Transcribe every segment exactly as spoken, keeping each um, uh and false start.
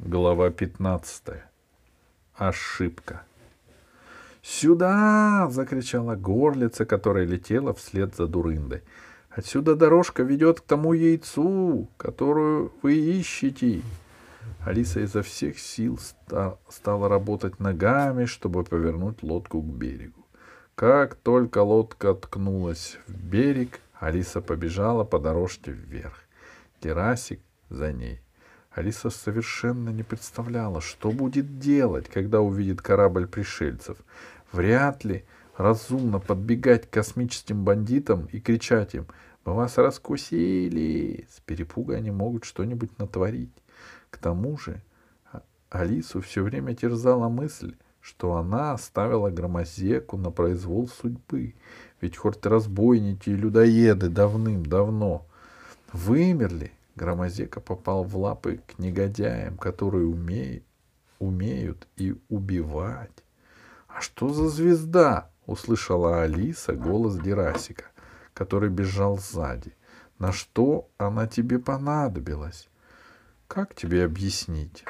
Глава пятнадцатая. Ошибка. «Сюда!» — закричала горлица, которая летела вслед за Дурындой. «Отсюда дорожка ведет к тому яйцу, которую вы ищете!» Алиса изо всех сил ста- стала работать ногами, чтобы повернуть лодку к берегу. Как только лодка ткнулась в берег, Алиса побежала по дорожке вверх. Герасик за ней. Алиса совершенно не представляла, что будет делать, когда увидит корабль пришельцев. Вряд ли разумно подбегать к космическим бандитам и кричать им: «Мы вас раскусили!» С перепуга они могут что-нибудь натворить. К тому же Алису все время терзала мысль, что она оставила Громозеку на произвол судьбы. Ведь хоть разбойники и людоеды давным-давно вымерли, Громозека попал в лапы к негодяям, которые умеют, умеют и убивать. «А что за звезда?» — услышала Алиса голос Герасика, который бежал сзади. «На что она тебе понадобилась? Как тебе объяснить?»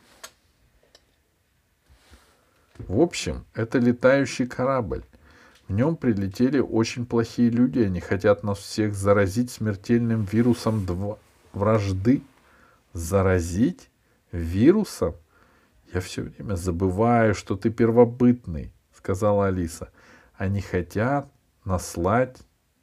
В общем, это летающий корабль. В нем прилетели очень плохие люди. Они хотят нас всех заразить смертельным вирусом дв... вражды. Заразить? Вирусом? Я все время забываю, что ты первобытный, сказала Алиса. Они хотят наслать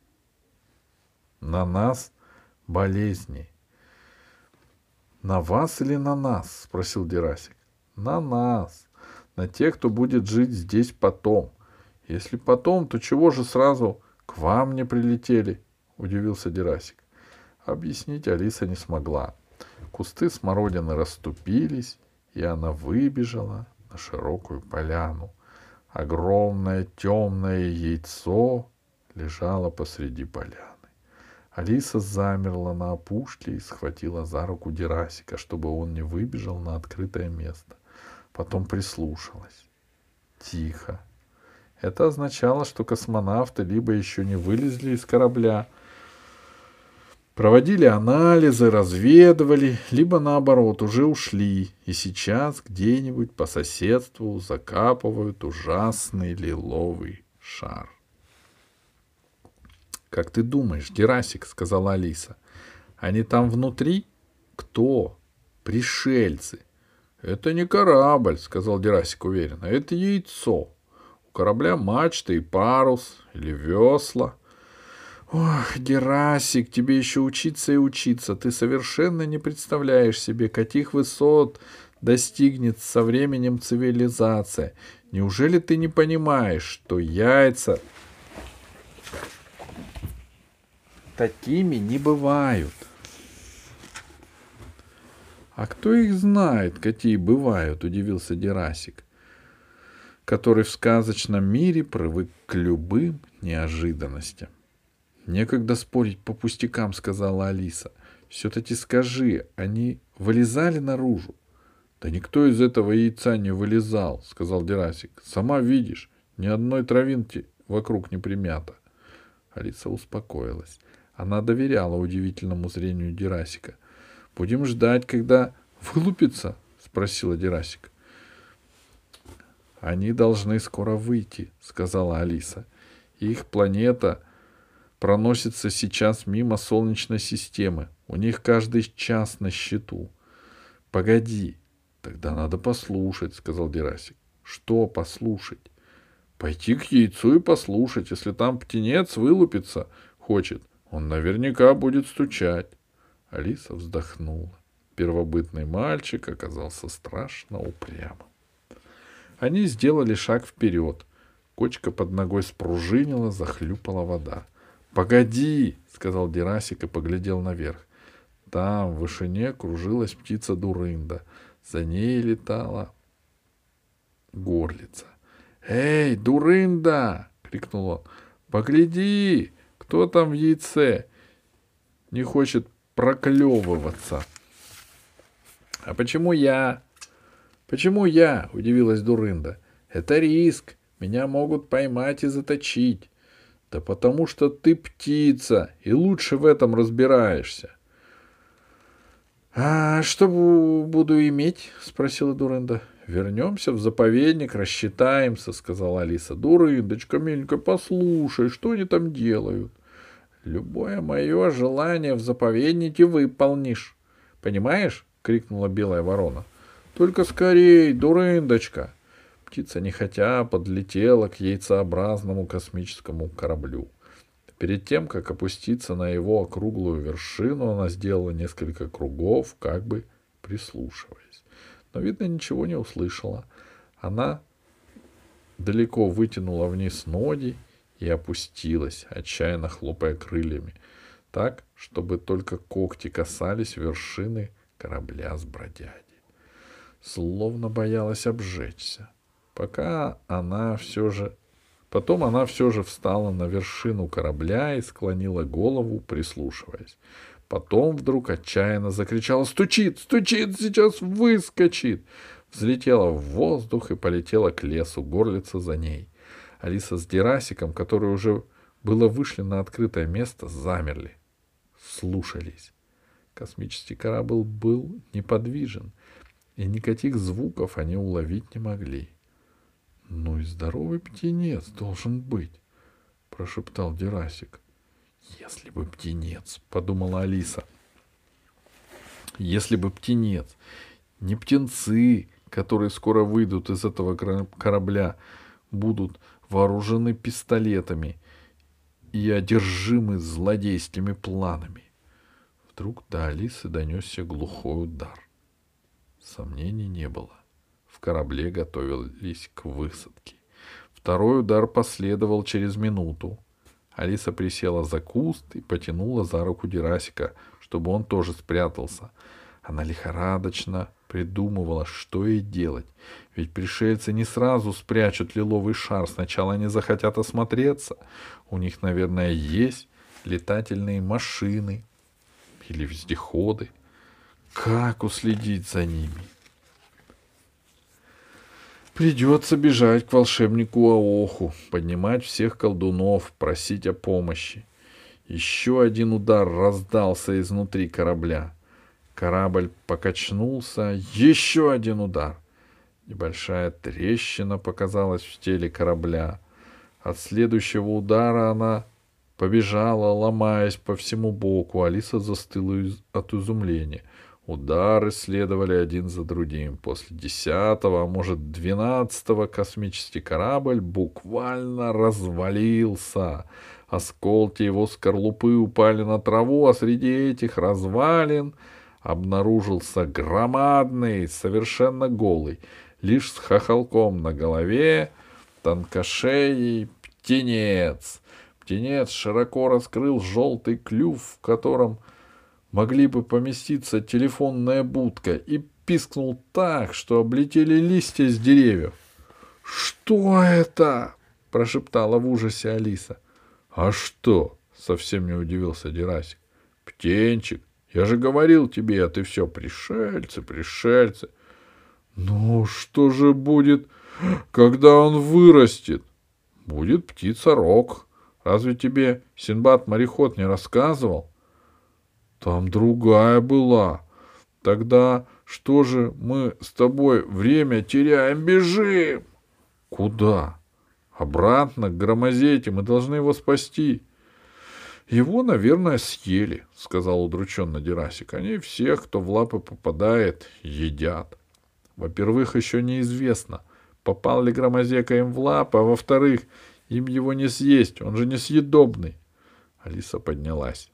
на нас болезни. На вас или на нас? Спросил Герасик. На нас. На тех, кто будет жить здесь потом. Если потом, то чего же сразу к вам не прилетели? Удивился Герасик. Объяснить Алиса не смогла. Кусты смородины расступились, и она выбежала на широкую поляну. Огромное темное яйцо лежало посреди поляны. Алиса замерла на опушке и схватила за руку Герасика, чтобы он не выбежал на открытое место. Потом прислушалась. Тихо. Это означало, что космонавты либо еще не вылезли из корабля, проводили анализы, разведывали, либо наоборот уже ушли и сейчас где-нибудь по соседству закапывают ужасный лиловый шар. «Как ты думаешь, Герасик, — сказала Алиса, — они там внутри?» «Кто?» «Пришельцы». «Это не корабль, — сказал Герасик уверенно, — это яйцо. У корабля мачта и парус, или весла». «Ох, Герасик, тебе еще учиться и учиться. Ты совершенно не представляешь себе, каких высот достигнет со временем цивилизация. Неужели ты не понимаешь, что яйца такими не бывают?» «А кто их знает, какие бывают?» — удивился Герасик, который в сказочном мире привык к любым неожиданностям. «Некогда спорить по пустякам, — сказала Алиса. — Все-таки скажи, они вылезали наружу?» «Да никто из этого яйца не вылезал, — сказал Герасик. — Сама видишь, ни одной травинки вокруг не примято». Алиса успокоилась. Она доверяла удивительному зрению Герасика. «Будем ждать, когда вылупится?» — спросила Герасик. «Они должны скоро выйти, — сказала Алиса. — Их планета проносится сейчас мимо Солнечной системы. У них каждый час на счету». «Погоди, тогда надо послушать, — сказал Герасик. — Что послушать?» «Пойти к яйцу и послушать. Если там птенец вылупиться хочет, он наверняка будет стучать». Алиса вздохнула. Первобытный мальчик оказался страшно упрямым. Они сделали шаг вперед. Кочка под ногой спружинила, захлюпала вода. «Погоди, — сказал Герасик и поглядел наверх. Там в вышине кружилась птица Дурында. За ней летала горлица. «Эй, Дурында! — крикнул он. — Погляди, кто там в яйце не хочет проклевываться». «А почему я?» «Почему я?» — удивилась Дурында. «Это риск. Меня могут поймать и заточить». «Да потому что ты птица, и лучше в этом разбираешься». — А что бу- буду иметь? — спросила Дурында. — Вернемся в заповедник, рассчитаемся, — сказала Алиса. — Дурындочка, миленькая, послушай, что они там делают? — Любое мое желание в заповеднике выполнишь. Понимаешь? — крикнула белая ворона. — Только скорей, Дурындочка! Птица нехотя подлетела к яйцеобразному космическому кораблю. Перед тем, как опуститься на его округлую вершину, она сделала несколько кругов, как бы прислушиваясь. Но, видно, ничего не услышала. Она далеко вытянула вниз ноги и опустилась, отчаянно хлопая крыльями, так, чтобы только когти касались вершины корабля с бродяги. Словно боялась обжечься. Пока она все же... Потом она все же встала на вершину корабля и склонила голову, прислушиваясь. Потом вдруг отчаянно закричала: «Стучит! Стучит! Сейчас выскочит!» Взлетела в воздух и полетела к лесу, горлица за ней. Алиса с Дерасиком, которые уже было вышли на открытое место, замерли, слушались. Космический корабль был неподвижен, и никаких звуков они уловить не могли. — Ну и здоровый птенец должен быть, — прошептал Дерасик. — Если бы птенец, — подумала Алиса, — если бы птенец, не птенцы, которые скоро выйдут из этого корабля, будут вооружены пистолетами и одержимы злодейскими планами. Вдруг до Алисы донесся глухой удар. Сомнений не было. В корабле готовились к высадке. Второй удар последовал через минуту. Алиса присела за куст и потянула за руку Дерасика, чтобы он тоже спрятался. Она лихорадочно придумывала, что ей делать. Ведь пришельцы не сразу спрячут лиловый шар. Сначала они захотят осмотреться. У них, наверное, есть летательные машины или вездеходы. Как уследить за ними? Придется бежать к волшебнику Аоху, поднимать всех колдунов, просить о помощи. Еще один удар раздался изнутри корабля. Корабль покачнулся. Еще один удар. Небольшая трещина показалась в теле корабля. От следующего удара она побежала, ломаясь по всему боку. Алиса застыла от изумления. Удары следовали один за другим. После десятого, а может двенадцатого, космический корабль буквально развалился. Осколки его скорлупы упали на траву, а среди этих развалин обнаружился громадный, совершенно голый, лишь с хохолком на голове, тонкошеей птенец. Птенец широко раскрыл желтый клюв, в котором могли бы поместиться телефонная будка, и пискнул так, что облетели листья с деревьев. — Что это? — прошептала в ужасе Алиса. — А что? — совсем не удивился Дерасик. — Птенчик, я же говорил тебе, а ты все пришельцы, пришельцы. — Ну, что же будет, когда он вырастет? — Будет птица-рог. Разве тебе Синдбад-мореход не рассказывал? Там другая была. Тогда что же мы с тобой время теряем? Бежим! Куда? Обратно к Громозете. Мы должны его спасти. Его, наверное, съели, сказал удрученно Дерасик. Они всех, кто в лапы попадает, едят. Во-первых, еще неизвестно, попал ли Громозека им в лапы, а во-вторых, им его не съесть, он же несъедобный. Алиса поднялась.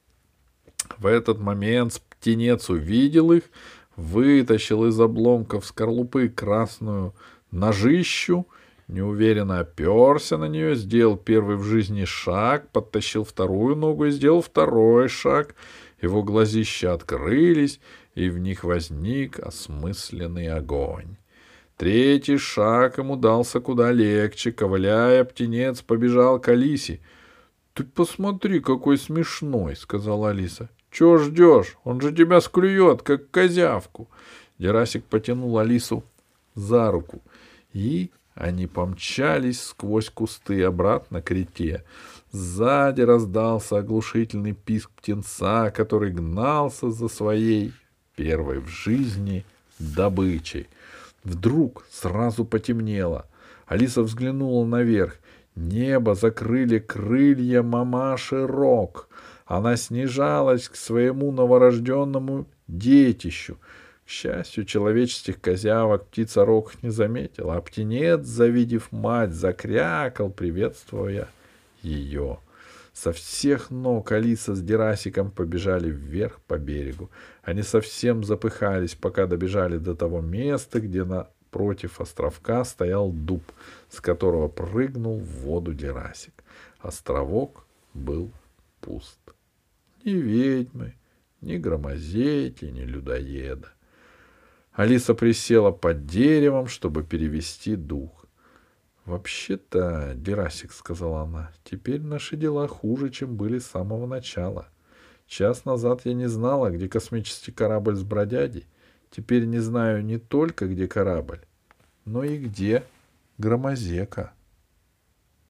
В этот момент птенец увидел их, вытащил из обломков скорлупы красную ножищу, неуверенно оперся на нее, сделал первый в жизни шаг, подтащил вторую ногу и сделал второй шаг. Его глазища открылись, и в них возник осмысленный огонь. Третий шаг ему дался куда легче. Ковыляя, птенец побежал к Алисе. — Ты посмотри, какой смешной, — сказала Алиса. — Чего ждешь? Он же тебя склюет, как козявку. Дерасик потянул Алису за руку, и они помчались сквозь кусты обратно к реке. Сзади раздался оглушительный писк птенца, который гнался за своей первой в жизни добычей. Вдруг сразу потемнело. Алиса взглянула наверх. Небо закрыли крылья мамаши Рок. Она снижалась к своему новорожденному детищу. К счастью, человеческих козявок птица Рок не заметила, а птенец, завидев мать, закрякал, приветствуя ее. Со всех ног Алиса с Дерасиком побежали вверх по берегу. Они совсем запыхались, пока добежали до того места, где напротив островка стоял дуб, с которого прыгнул в воду Дерасик. Островок был пуст. Ни ведьмы, ни громозеки, ни людоеда. Алиса присела под деревом, чтобы перевести дух. «Вообще-то, Дерасик, — сказала она, — теперь наши дела хуже, чем были с самого начала. Час назад я не знала, где космический корабль с бродягой. Теперь не знаю не только, где корабль, но и где Громозека».